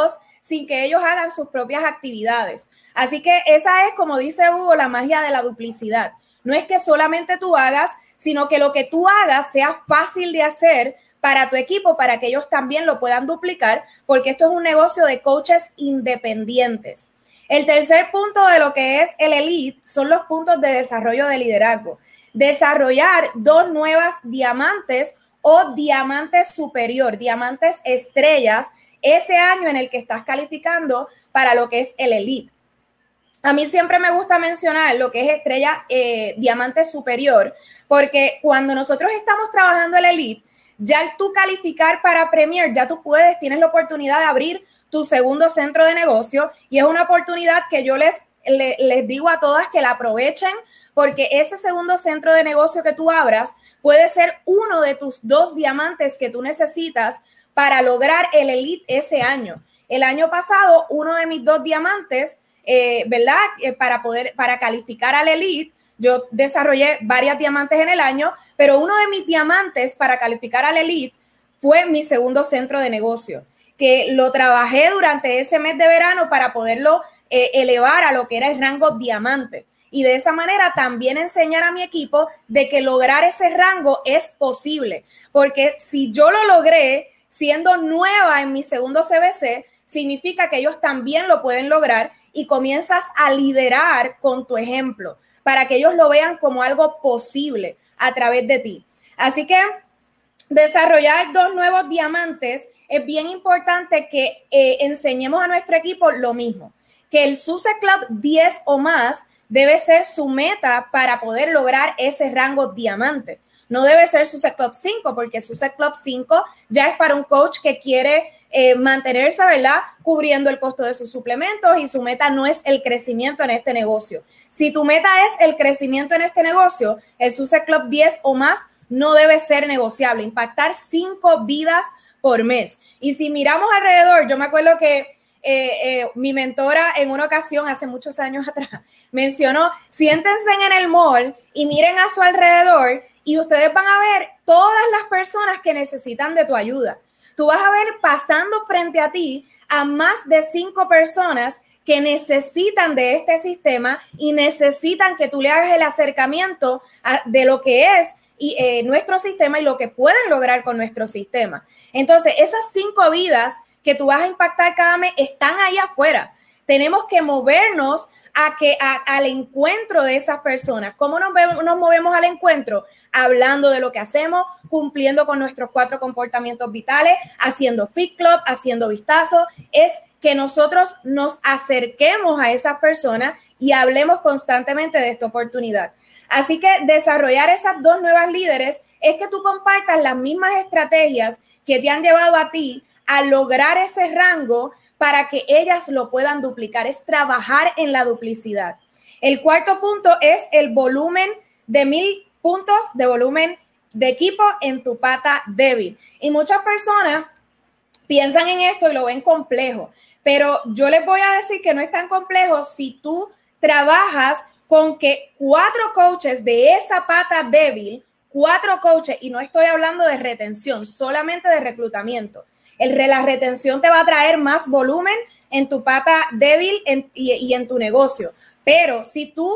sin que ellos hagan sus propias actividades. Así que esa es, como dice Hugo, la magia de la duplicidad. No es que solamente tú hagas, sino que lo que tú hagas sea fácil de hacer para tu equipo, para que ellos también lo puedan duplicar, porque esto es un negocio de coaches independientes. El tercer punto de lo que es el Elite son los puntos de desarrollo de liderazgo. Desarrollar 2 nuevas diamantes o diamantes superior, diamantes estrellas, ese año en el que estás calificando para lo que es el Elite. A mí siempre me gusta mencionar lo que es estrella diamante superior, porque cuando nosotros estamos trabajando el Elite, ya al tú calificar para Premier, ya tú tienes la oportunidad de abrir tu segundo centro de negocio y es una oportunidad que yo les digo a todas que la aprovechen, porque ese segundo centro de negocio que tú abras puede ser uno de tus 2 diamantes que tú necesitas para lograr el Elite ese año. El año pasado, uno de mis 2 diamantes, ¿verdad? Para calificar al Elite, yo desarrollé varias diamantes en el año, pero uno de mis diamantes para calificar al Elite fue mi segundo centro de negocio, que lo trabajé durante ese mes de verano para poderlo elevar a lo que era el rango diamante. Y de esa manera también enseñar a mi equipo de que lograr ese rango es posible. Porque si yo lo logré siendo nueva en mi segundo CBC, significa que ellos también lo pueden lograr y comienzas a liderar con tu ejemplo para que ellos lo vean como algo posible a través de ti. Así que desarrollar 2 nuevos diamantes es bien importante que enseñemos a nuestro equipo lo mismo, que el SUSE Club 10 o más debe ser su meta para poder lograr ese rango diamante. No debe ser SUSE Club 5, porque SUSE Club 5 ya es para un coach que quiere mantenerse, ¿verdad?, cubriendo el costo de sus suplementos y su meta no es el crecimiento en este negocio. Si tu meta es el crecimiento en este negocio, el SUSE Club 10 o más no debe ser negociable, impactar 5 vidas por mes. Y si miramos alrededor, yo me acuerdo que mi mentora en una ocasión, hace muchos años atrás, mencionó, siéntense en el mall y miren a su alrededor y ustedes van a ver todas las personas que necesitan de tu ayuda. Tú vas a ver pasando frente a ti a más de 5 personas que necesitan de este sistema y necesitan que tú le hagas el acercamiento de lo que es nuestro sistema y lo que pueden lograr con nuestro sistema. Entonces, esas 5 vidas que tú vas a impactar cada mes están ahí afuera. Tenemos que movernos al encuentro de esas personas. ¿Cómo nos movemos al encuentro? Hablando de lo que hacemos, cumpliendo con nuestros 4 comportamientos vitales, haciendo Fit Club, haciendo vistazo. Es que nosotros nos acerquemos a esas personas y hablemos constantemente de esta oportunidad. Así que desarrollar esas 2 nuevas líderes es que tú compartas las mismas estrategias que te han llevado a ti a lograr ese rango para que ellas lo puedan duplicar. Es trabajar en la duplicidad. El cuarto punto es el volumen de 1000 puntos de volumen de equipo en tu pata débil. Y muchas personas piensan en esto y lo ven complejo, pero yo les voy a decir que no es tan complejo si tú trabajas con que 4 coaches de esa pata débil, 4 coaches, y no estoy hablando de retención, solamente de reclutamiento. La retención te va a traer más volumen en tu pata débil y en tu negocio. Pero si tú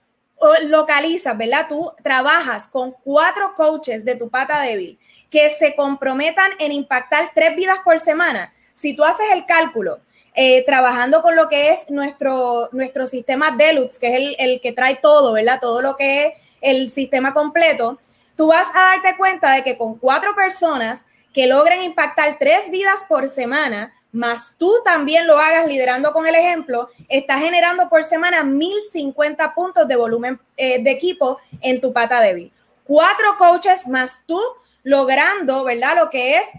localizas, ¿verdad? Tú trabajas con 4 coaches de tu pata débil que se comprometan en impactar 3 vidas por semana. Si tú haces el cálculo, trabajando con lo que es nuestro sistema Deluxe, que es el que trae todo, ¿verdad? Todo lo que es el sistema completo, tú vas a darte cuenta de que con 4 personas que logren impactar 3 vidas por semana, más tú también lo hagas liderando con el ejemplo, estás generando por semana 1050 puntos de volumen de equipo en tu pata débil. 4 coaches más tú logrando, ¿verdad? Lo que es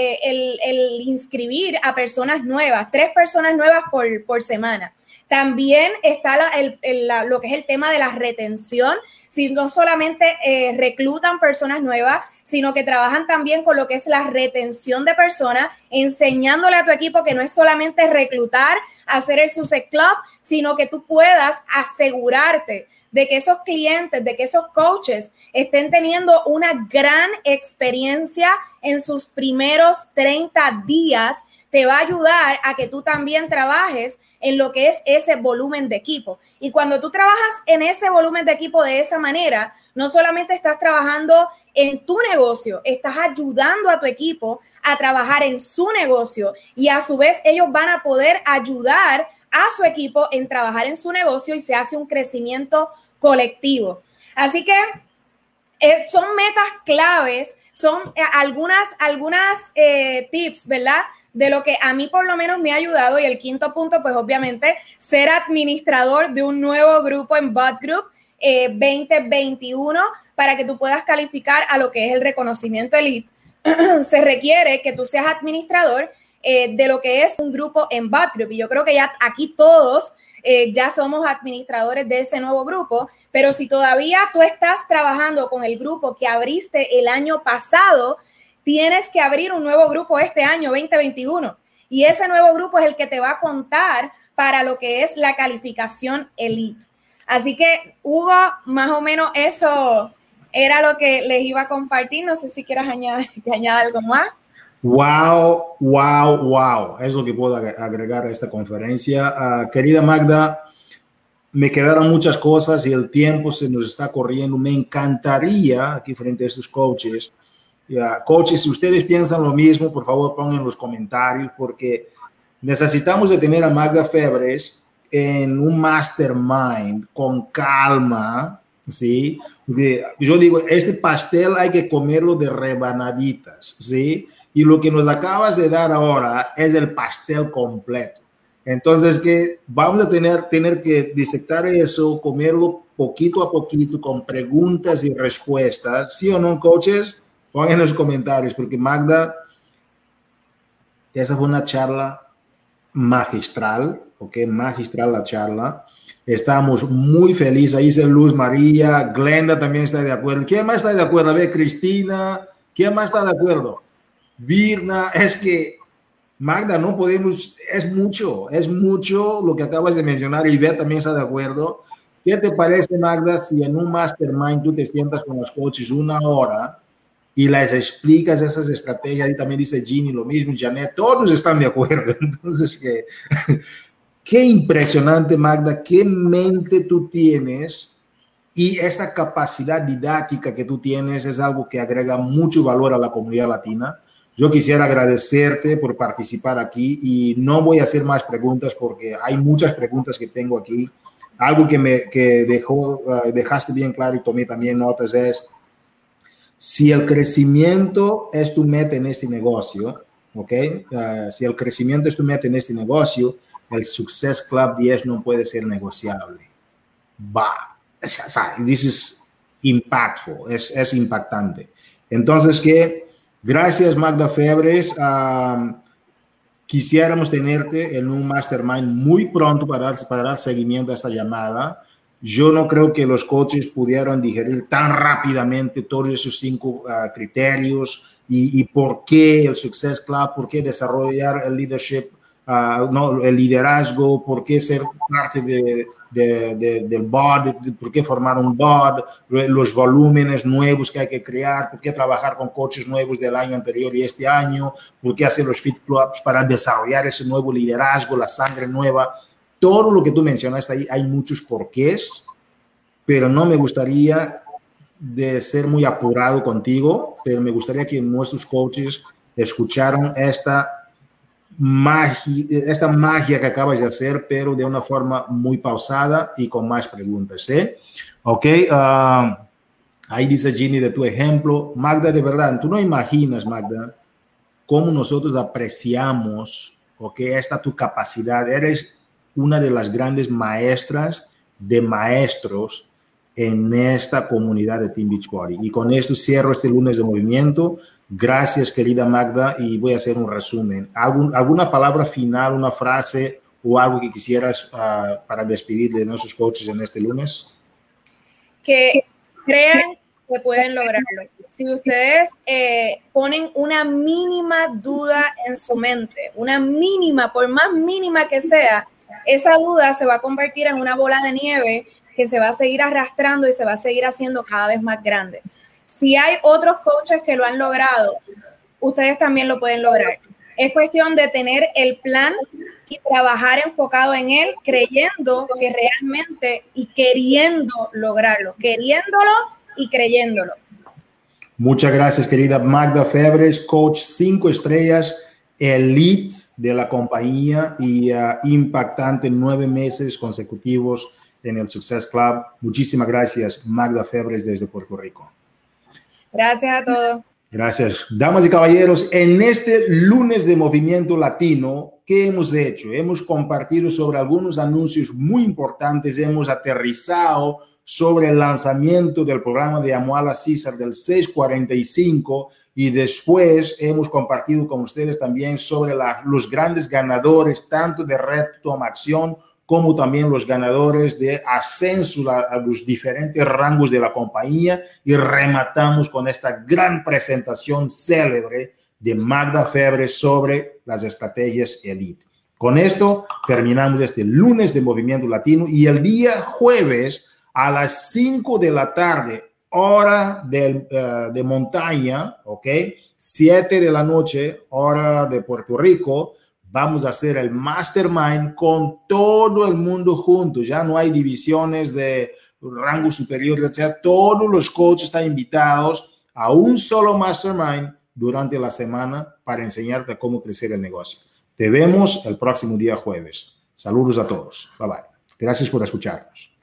el inscribir a personas nuevas, 3 personas nuevas por semana. También está lo que es el tema de la retención, si no solamente reclutan personas nuevas, sino que trabajan también con lo que es la retención de personas, enseñándole a tu equipo que no es solamente reclutar, hacer el SUSE Club, sino que tú puedas asegurarte de que esos clientes, de que esos coaches estén teniendo una gran experiencia en sus primeros primeros 30 días te va a ayudar a que tú también trabajes en lo que es ese volumen de equipo. Y cuando tú trabajas en ese volumen de equipo de esa manera, no solamente estás trabajando en tu negocio, estás ayudando a tu equipo a trabajar en su negocio y a su vez ellos van a poder ayudar a su equipo en trabajar en su negocio y se hace un crecimiento colectivo. Así que son metas claves, son algunas tips, ¿verdad? De lo que a mí por lo menos me ha ayudado. Y el quinto punto, pues obviamente, ser administrador de un nuevo grupo en Bot Group 2021 para que tú puedas calificar a lo que es el reconocimiento Elite. Se requiere que tú seas administrador de lo que es un grupo en Bot Group. Y yo creo que ya aquí todos ya somos administradores de ese nuevo grupo, pero si todavía tú estás trabajando con el grupo que abriste el año pasado, tienes que abrir un nuevo grupo este año 2021 y ese nuevo grupo es el que te va a contar para lo que es la calificación Elite. Así que, Hugo, más o menos eso era lo que les iba a compartir. No sé si quieras añadir algo más. Wow. Es lo que puedo agregar a esta conferencia. Querida Magda, me quedaron muchas cosas y el tiempo se nos está corriendo. Me encantaría, aquí frente a estos coaches, coaches, si ustedes piensan lo mismo, por favor pongan en los comentarios, porque necesitamos de tener a Magda Febres en un mastermind con calma, ¿sí? Porque yo digo, este pastel hay que comerlo de rebanaditas, ¿sí? Y lo que nos acabas de dar ahora es el pastel completo. Entonces, que vamos a tener que disectar eso, comerlo poquito a poquito, con preguntas y respuestas, ¿sí o no, coaches? Pongan en los comentarios, porque Magda, esa fue una charla magistral, ¿ok? Magistral la charla. Estamos muy felices. Ahí dice Luz María, Glenda también está de acuerdo. ¿Quién más está de acuerdo? A ver, Cristina, ¿quién más está de acuerdo? Virna, es que Magda, no podemos, es mucho lo que acabas de mencionar. Ivette también está de acuerdo. ¿Qué te parece, Magda, si en un mastermind tú te sientas con los coaches 1 hora y les explicas esas estrategias? Ahí también dice Ginny lo mismo, Janet, todos están de acuerdo. Entonces, qué impresionante, Magda, qué mente tú tienes y esta capacidad didáctica que tú tienes es algo que agrega mucho valor a la comunidad latina. Yo quisiera agradecerte por participar aquí y no voy a hacer más preguntas porque hay muchas preguntas que tengo aquí. Algo que dejaste bien claro y tomé también notas es, si el crecimiento es tu meta en este negocio, ¿ok? Si el crecimiento es tu meta en este negocio, el Success Club 10 no puede ser negociable. This is impactful, es impactante. Entonces, gracias, Magda Febres. Quisiéramos tenerte en un mastermind muy pronto para dar seguimiento a esta llamada. Yo no creo que los coaches pudieran digerir tan rápidamente todos esos 5 criterios y por qué el Success Club, por qué desarrollar el leadership, el liderazgo, por qué ser parte del board, por qué formar un board, los volúmenes nuevos que hay que crear, por qué trabajar con coaches nuevos del año anterior y este año, por qué hacer los fit clubs para desarrollar ese nuevo liderazgo, la sangre nueva. Todo lo que tú mencionaste ahí, hay muchos porqués, pero no me gustaría de ser muy apurado contigo, pero me gustaría que nuestros coaches escucharan esta magia que acabas de hacer, pero de una forma muy pausada y con más preguntas, ¿eh? Ok, ahí dice Ginny de tu ejemplo. Magda, de verdad, tú no imaginas, Magda, cómo nosotros apreciamos, ok, esta tu capacidad. Eres una de las grandes maestras de maestros en esta comunidad de Team Beachbody. Y con esto cierro este lunes de movimiento. Gracias, querida Magda, y voy a hacer un resumen. ¿Alguna palabra final, una frase o algo que quisieras para despedir de nuestros coaches en este lunes? Que crean que pueden lograrlo. Si ustedes ponen una mínima duda en su mente, una mínima, por más mínima que sea, esa duda se va a convertir en una bola de nieve que se va a seguir arrastrando y se va a seguir haciendo cada vez más grande. Si hay otros coaches que lo han logrado, ustedes también lo pueden lograr. Es cuestión de tener el plan y trabajar enfocado en él, creyendo que realmente y queriendo lograrlo, queriéndolo y creyéndolo. Muchas gracias, querida Magda Febres, coach 5 estrellas, elite de la compañía y impactante 9 meses consecutivos en el Success Club. Muchísimas gracias, Magda Febres, desde Puerto Rico. Gracias a todos. Gracias. Damas y caballeros, en este lunes de Movimiento Latino, ¿qué hemos hecho? Hemos compartido sobre algunos anuncios muy importantes, hemos aterrizado sobre el lanzamiento del programa de Amuala César del 645 y después hemos compartido con ustedes también sobre los grandes ganadores, tanto de Reto Toma Acción como también los ganadores de ascenso a los diferentes rangos de la compañía, y rematamos con esta gran presentación célebre de Magda Febres sobre las estrategias Elite. Con esto terminamos este lunes de Movimiento Latino, y el día jueves a las 5 de la tarde, hora de montaña, ¿ok? 7 de la noche, hora de Puerto Rico, vamos a hacer el Mastermind con todo el mundo juntos. Ya no hay divisiones de rango superior, etc. Todos los coaches están invitados a un solo Mastermind durante la semana para enseñarte cómo crecer el negocio. Te vemos el próximo día jueves. Saludos a todos. Bye bye. Gracias por escucharnos.